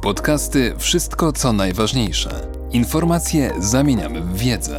Podcasty Wszystko co najważniejsze. Informacje zamieniamy w wiedzę.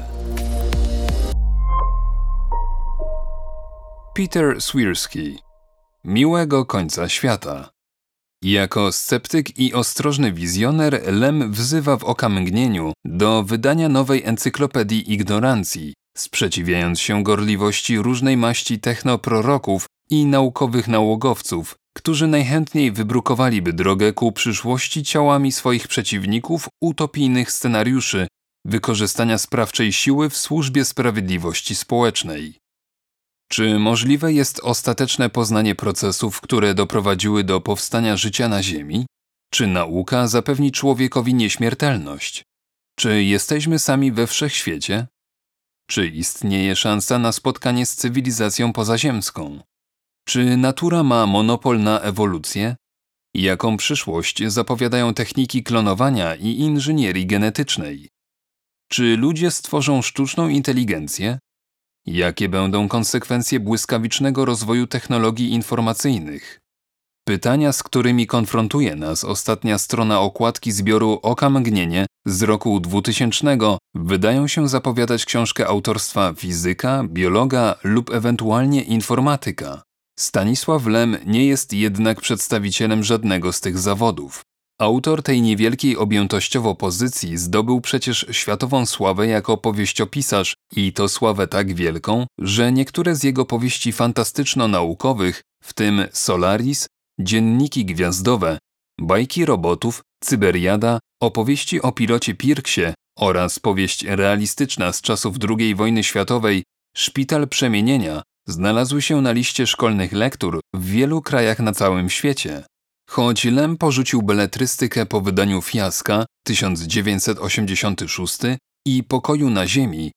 Peter Swirsky. Miłego końca świata. Jako sceptyk i ostrożny wizjoner Lem wzywa w okamgnieniu do wydania nowej encyklopedii ignorancji, sprzeciwiając się gorliwości różnej maści technoproroków i naukowych nałogowców, którzy najchętniej wybrukowaliby drogę ku przyszłości ciałami swoich przeciwników utopijnych scenariuszy wykorzystania sprawczej siły w służbie sprawiedliwości społecznej. Czy możliwe jest ostateczne poznanie procesów, które doprowadziły do powstania życia na Ziemi? Czy nauka zapewni człowiekowi nieśmiertelność? Czy jesteśmy sami we wszechświecie? Czy istnieje szansa na spotkanie z cywilizacją pozaziemską? Czy natura ma monopol na ewolucję? Jaką przyszłość zapowiadają techniki klonowania i inżynierii genetycznej? Czy ludzie stworzą sztuczną inteligencję? Jakie będą konsekwencje błyskawicznego rozwoju technologii informacyjnych? Pytania, z którymi konfrontuje nas ostatnia strona okładki zbioru Oka Mgnienie z roku 2000, wydają się zapowiadać książkę autorstwa fizyka, biologa lub ewentualnie informatyka. Stanisław Lem nie jest jednak przedstawicielem żadnego z tych zawodów. Autor tej niewielkiej objętościowo pozycji zdobył przecież światową sławę jako powieściopisarz i to sławę tak wielką, że niektóre z jego powieści fantastyczno-naukowych, w tym Solaris, Dzienniki gwiazdowe, Bajki robotów, Cyberiada, opowieści o pilocie Pirksie oraz powieść realistyczna z czasów II wojny światowej Szpital przemienienia znalazły się na liście szkolnych lektur w wielu krajach na całym świecie. Choć Lem porzucił beletrystykę po wydaniu Fiaska 1986 i Pokoju na Ziemi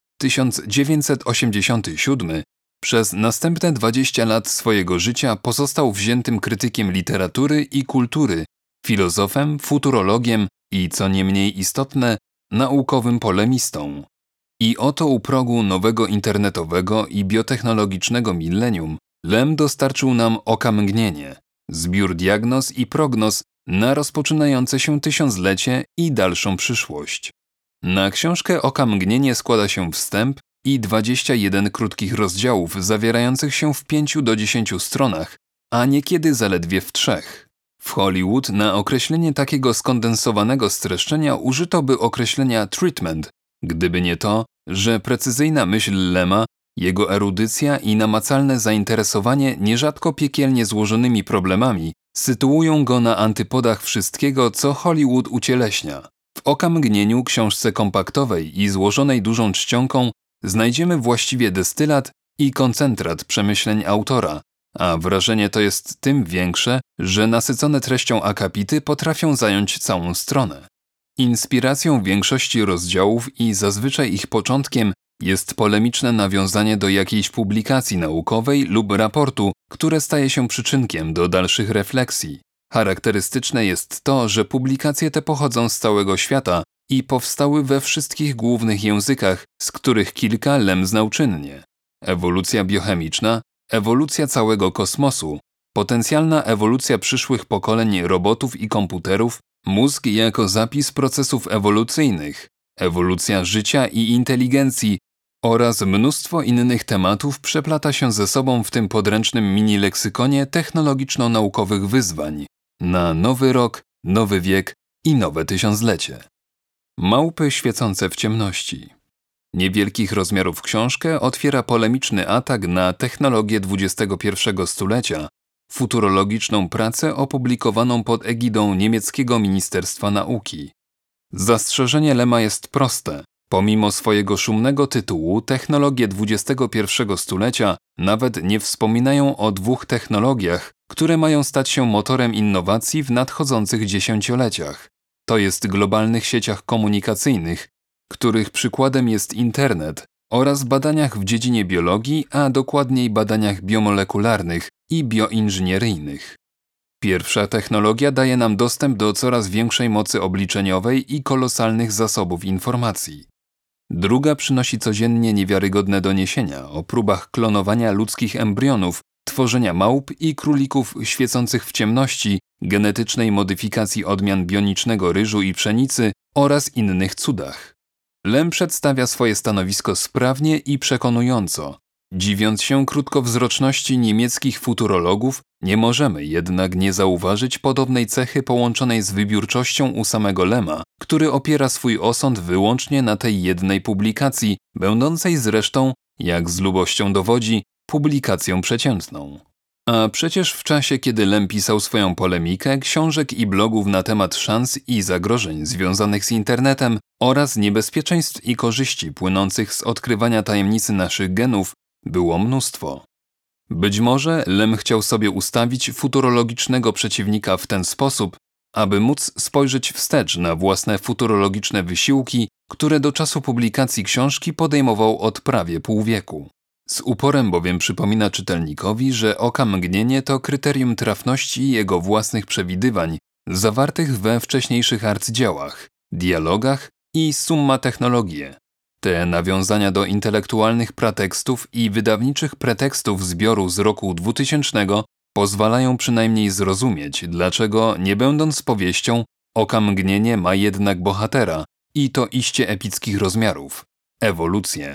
1987, przez następne 20 lat swojego życia pozostał wziętym krytykiem literatury i kultury, filozofem, futurologiem i, co nie mniej istotne, naukowym polemistą. I oto u progu nowego internetowego i biotechnologicznego milenium Lem dostarczył nam Oka Mgnienie, zbiór diagnoz i prognoz na rozpoczynające się tysiąclecie i dalszą przyszłość. Na książkę Oka Mgnienie składa się wstęp i 21 krótkich rozdziałów zawierających się w 5 do 10 stronach, a niekiedy zaledwie w 3. W Hollywood na określenie takiego skondensowanego streszczenia użyto by określenia treatment, gdyby nie to, że precyzyjna myśl Lema, jego erudycja i namacalne zainteresowanie nierzadko piekielnie złożonymi problemami sytuują go na antypodach wszystkiego, co Hollywood ucieleśnia. W Okamgnieniu, książce kompaktowej i złożonej dużą czcionką, znajdziemy właściwie destylat i koncentrat przemyśleń autora, a wrażenie to jest tym większe, że nasycone treścią akapity potrafią zająć całą stronę. Inspiracją większości rozdziałów i zazwyczaj ich początkiem jest polemiczne nawiązanie do jakiejś publikacji naukowej lub raportu, które staje się przyczynkiem do dalszych refleksji. Charakterystyczne jest to, że publikacje te pochodzą z całego świata i powstały we wszystkich głównych językach, z których kilka Lem znał czynnie. Ewolucja biochemiczna, ewolucja całego kosmosu, potencjalna ewolucja przyszłych pokoleń robotów i komputerów, mózg jako zapis procesów ewolucyjnych, ewolucja życia i inteligencji oraz mnóstwo innych tematów przeplata się ze sobą w tym podręcznym mini-leksykonie technologiczno-naukowych wyzwań na nowy rok, nowy wiek i nowe tysiąclecie. Małpy świecące w ciemności. Niewielkich rozmiarów książkę otwiera polemiczny atak na technologię XXI stulecia, futurologiczną pracę opublikowaną pod egidą niemieckiego Ministerstwa Nauki. Zastrzeżenie Lema jest proste. Pomimo swojego szumnego tytułu, technologie XXI stulecia nawet nie wspominają o 2 technologiach, które mają stać się motorem innowacji w nadchodzących dziesięcioleciach. To jest globalnych sieciach komunikacyjnych, których przykładem jest internet, oraz badaniach w dziedzinie biologii, a dokładniej badaniach biomolekularnych i bioinżynieryjnych. Pierwsza technologia daje nam dostęp do coraz większej mocy obliczeniowej i kolosalnych zasobów informacji. Druga przynosi codziennie niewiarygodne doniesienia o próbach klonowania ludzkich embrionów tworzenia małp i królików świecących w ciemności, genetycznej modyfikacji odmian bionicznego ryżu i pszenicy oraz innych cudach. Lem przedstawia swoje stanowisko sprawnie i przekonująco. Dziwiąc się krótkowzroczności niemieckich futurologów, nie możemy jednak nie zauważyć podobnej cechy połączonej z wybiórczością u samego Lema, który opiera swój osąd wyłącznie na tej jednej publikacji, będącej zresztą, jak z lubością dowodzi, publikacją przeciętną. A przecież w czasie, kiedy Lem pisał swoją polemikę, książek i blogów na temat szans i zagrożeń związanych z internetem oraz niebezpieczeństw i korzyści płynących z odkrywania tajemnicy naszych genów było mnóstwo. Być może Lem chciał sobie ustawić futurologicznego przeciwnika w ten sposób, aby móc spojrzeć wstecz na własne futurologiczne wysiłki, które do czasu publikacji książki podejmował od prawie pół wieku. Z uporem bowiem przypomina czytelnikowi, że oka mgnienie to kryterium trafności jego własnych przewidywań zawartych we wcześniejszych arcydziełach, dialogach i Summa Technologiae. Te nawiązania do intelektualnych pratekstów i wydawniczych pretekstów zbioru z roku 2000 pozwalają przynajmniej zrozumieć, dlaczego, nie będąc powieścią, oka mgnienie ma jednak bohatera i to iście epickich rozmiarów – ewolucję.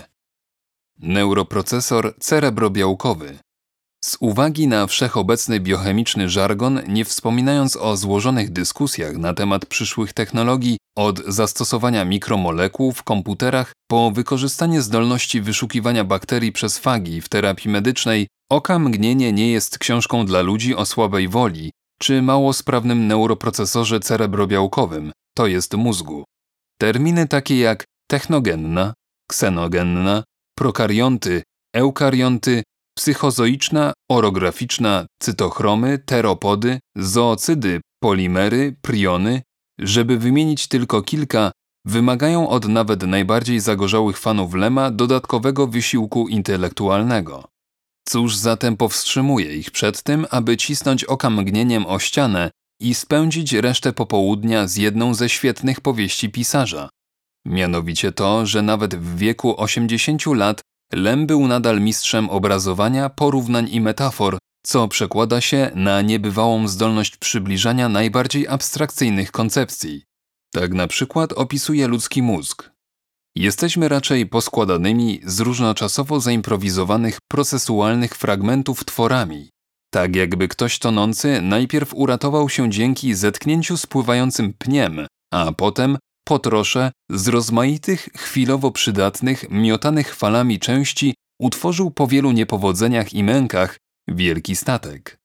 Neuroprocesor cerebrobiałkowy. Z uwagi na wszechobecny biochemiczny żargon, nie wspominając o złożonych dyskusjach na temat przyszłych technologii, od zastosowania mikromolekuł w komputerach po wykorzystanie zdolności wyszukiwania bakterii przez fagi w terapii medycznej, oka mgnienie nie jest książką dla ludzi o słabej woli czy mało sprawnym neuroprocesorze cerebrobiałkowym, to jest mózgu. Terminy takie jak technogenna, ksenogenna, prokarionty, eukarionty, psychozoiczna, orograficzna, cytochromy, teropody, zoocydy, polimery, priony, żeby wymienić tylko kilka, wymagają od nawet najbardziej zagorzałych fanów Lema dodatkowego wysiłku intelektualnego. Cóż zatem powstrzymuje ich przed tym, aby cisnąć oka mgnieniem o ścianę i spędzić resztę popołudnia z jedną ze świetnych powieści pisarza? Mianowicie to, że nawet w wieku 80 lat Lem był nadal mistrzem obrazowania, porównań i metafor, co przekłada się na niebywałą zdolność przybliżania najbardziej abstrakcyjnych koncepcji. Tak na przykład opisuje ludzki mózg. Jesteśmy raczej poskładanymi z różnoczasowo zaimprowizowanych procesualnych fragmentów tworami. Tak jakby ktoś tonący najpierw uratował się dzięki zetknięciu z pływającym pniem, a potem po trosze z rozmaitych, chwilowo przydatnych, miotanych falami części utworzył po wielu niepowodzeniach i mękach wielki statek.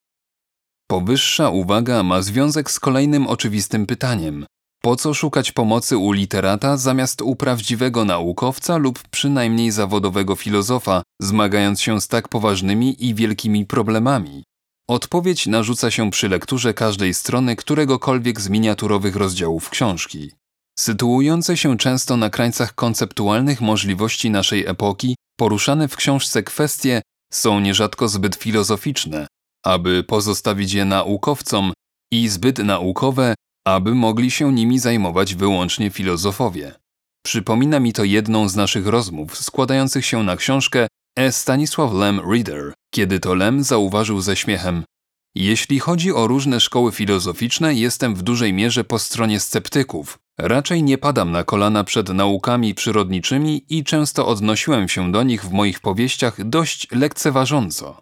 Powyższa uwaga ma związek z kolejnym oczywistym pytaniem. Po co szukać pomocy u literata zamiast u prawdziwego naukowca lub przynajmniej zawodowego filozofa, zmagając się z tak poważnymi i wielkimi problemami? Odpowiedź narzuca się przy lekturze każdej strony któregokolwiek z miniaturowych rozdziałów książki. Sytuujące się często na krańcach konceptualnych możliwości naszej epoki, poruszane w książce kwestie są nierzadko zbyt filozoficzne, aby pozostawić je naukowcom, i zbyt naukowe, aby mogli się nimi zajmować wyłącznie filozofowie. Przypomina mi to jedną z naszych rozmów składających się na książkę A Stanisław Lem Reader, kiedy to Lem zauważył ze śmiechem: jeśli chodzi o różne szkoły filozoficzne, jestem w dużej mierze po stronie sceptyków. Raczej nie padam na kolana przed naukami przyrodniczymi i często odnosiłem się do nich w moich powieściach dość lekceważąco.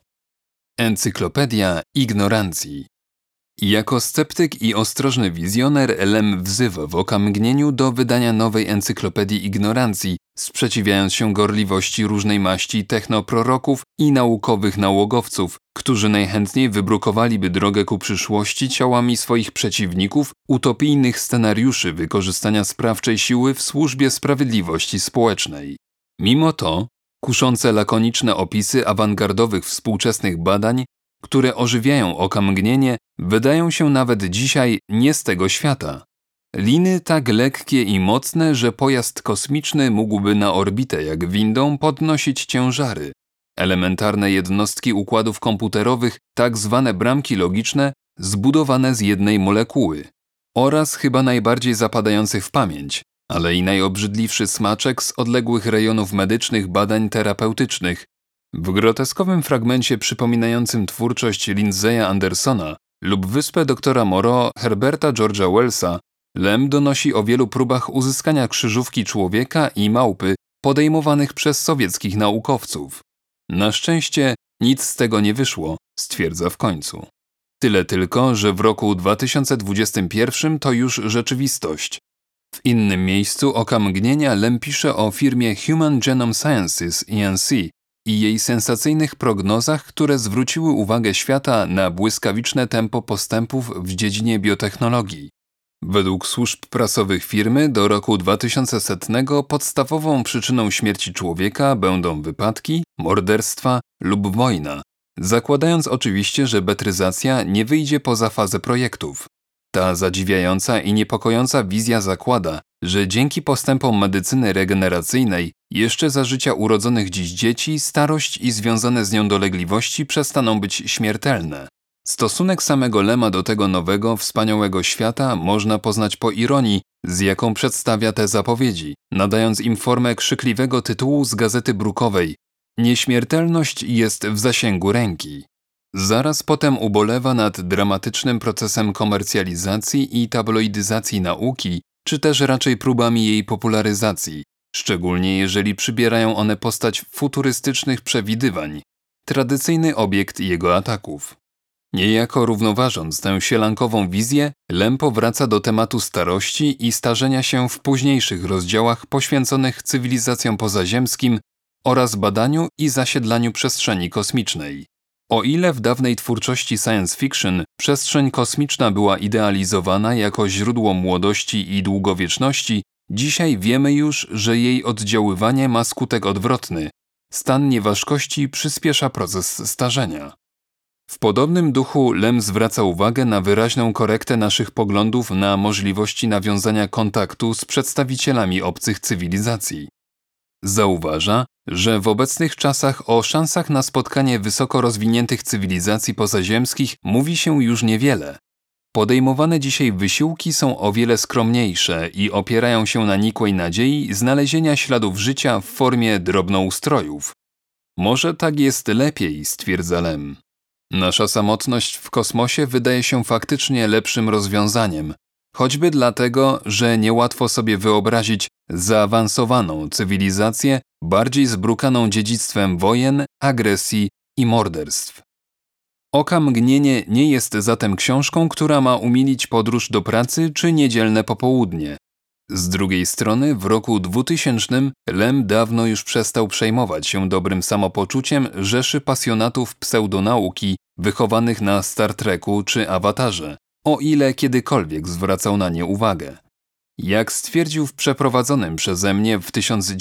Encyklopedia ignorancji. Jako sceptyk i ostrożny wizjoner Lem wzywa w okamgnieniu do wydania nowej encyklopedii ignorancji, sprzeciwiając się gorliwości różnej maści technoproroków i naukowych nałogowców, którzy najchętniej wybrukowaliby drogę ku przyszłości ciałami swoich przeciwników utopijnych scenariuszy wykorzystania sprawczej siły w służbie sprawiedliwości społecznej. Mimo to, kuszące lakoniczne opisy awangardowych współczesnych badań, które ożywiają okamgnienie, wydają się nawet dzisiaj nie z tego świata. Liny tak lekkie i mocne, że pojazd kosmiczny mógłby na orbitę jak windą podnosić ciężary. Elementarne jednostki układów komputerowych, tak zwane bramki logiczne, zbudowane z jednej molekuły. Oraz chyba najbardziej zapadający w pamięć, ale i najobrzydliwszy smaczek z odległych rejonów medycznych badań terapeutycznych, W groteskowym fragmencie przypominającym twórczość Lindseya Andersona lub Wyspę doktora Moreau Herberta George'a Wellsa, Lem donosi o wielu próbach uzyskania krzyżówki człowieka i małpy podejmowanych przez sowieckich naukowców. Na szczęście nic z tego nie wyszło, stwierdza w końcu. Tyle tylko, że w roku 2021 to już rzeczywistość. W innym miejscu Oka mgnienia Lem pisze o firmie Human Genome Sciences (HGS) i jej sensacyjnych prognozach, które zwróciły uwagę świata na błyskawiczne tempo postępów w dziedzinie biotechnologii. Według służb prasowych firmy do roku 2100 podstawową przyczyną śmierci człowieka będą wypadki, morderstwa lub wojna, zakładając oczywiście, że betryzacja nie wyjdzie poza fazę projektów. Ta zadziwiająca i niepokojąca wizja zakłada, że dzięki postępom medycyny regeneracyjnej jeszcze za życia urodzonych dziś dzieci starość i związane z nią dolegliwości przestaną być śmiertelne. Stosunek samego Lema do tego nowego, wspaniałego świata można poznać po ironii, z jaką przedstawia te zapowiedzi, nadając im formę krzykliwego tytułu z gazety brukowej „Nieśmiertelność jest w zasięgu ręki”. Zaraz potem ubolewa nad dramatycznym procesem komercjalizacji i tabloidyzacji nauki, czy też raczej próbami jej popularyzacji, szczególnie jeżeli przybierają one postać futurystycznych przewidywań, tradycyjny obiekt jego ataków. Niejako równoważąc tę sielankową wizję, Lem powraca do tematu starości i starzenia się w późniejszych rozdziałach poświęconych cywilizacjom pozaziemskim oraz badaniu i zasiedlaniu przestrzeni kosmicznej. O ile w dawnej twórczości science fiction przestrzeń kosmiczna była idealizowana jako źródło młodości i długowieczności, dzisiaj wiemy już, że jej oddziaływanie ma skutek odwrotny. Stan nieważkości przyspiesza proces starzenia. W podobnym duchu Lem zwraca uwagę na wyraźną korektę naszych poglądów na możliwości nawiązania kontaktu z przedstawicielami obcych cywilizacji. Zauważa, że w obecnych czasach o szansach na spotkanie wysoko rozwiniętych cywilizacji pozaziemskich mówi się już niewiele. Podejmowane dzisiaj wysiłki są o wiele skromniejsze i opierają się na nikłej nadziei znalezienia śladów życia w formie drobnoustrojów. Może tak jest lepiej, stwierdza Lem. Nasza samotność w kosmosie wydaje się faktycznie lepszym rozwiązaniem, choćby dlatego, że niełatwo sobie wyobrazić zaawansowaną cywilizację bardziej zbrukaną dziedzictwem wojen, agresji i morderstw. Oka mgnienie nie jest zatem książką, która ma umilić podróż do pracy czy niedzielne popołudnie. Z drugiej strony w roku 2000 Lem dawno już przestał przejmować się dobrym samopoczuciem rzeszy pasjonatów pseudonauki wychowanych na Star Treku czy Awatarze, o ile kiedykolwiek zwracał na nie uwagę. Jak stwierdził w przeprowadzonym przeze mnie w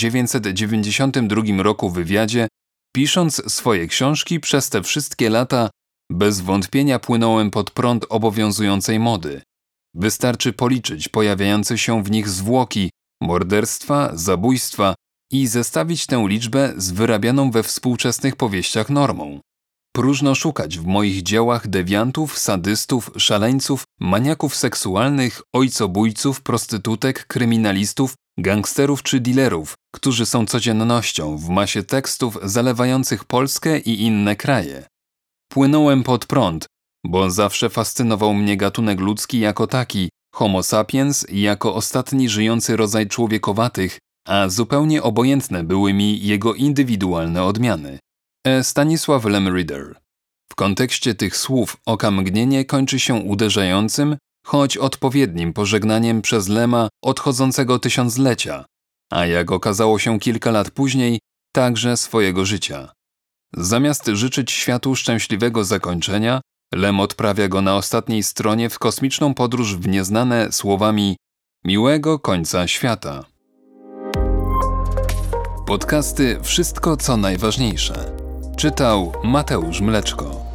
1992 roku wywiadzie, pisząc swoje książki przez te wszystkie lata, bez wątpienia płynąłem pod prąd obowiązującej mody. Wystarczy policzyć pojawiające się w nich zwłoki, morderstwa, zabójstwa i zestawić tę liczbę z wyrabianą we współczesnych powieściach normą. Próżno szukać w moich dziełach dewiantów, sadystów, szaleńców, maniaków seksualnych, ojcobójców, prostytutek, kryminalistów, gangsterów czy dealerów, którzy są codziennością w masie tekstów zalewających Polskę i inne kraje. Płynąłem pod prąd, bo zawsze fascynował mnie gatunek ludzki jako taki, homo sapiens jako ostatni żyjący rodzaj człowiekowatych, a zupełnie obojętne były mi jego indywidualne odmiany. Stanisław Lem Reader. W kontekście tych słów Oka mgnienie kończy się uderzającym, choć odpowiednim pożegnaniem przez Lema odchodzącego tysiąclecia, a jak okazało się kilka lat później, także swojego życia. Zamiast życzyć światu szczęśliwego zakończenia, Lem odprawia go na ostatniej stronie w kosmiczną podróż w nieznane słowami miłego końca świata. Podcasty Wszystko co najważniejsze. Czytał Mateusz Mleczko.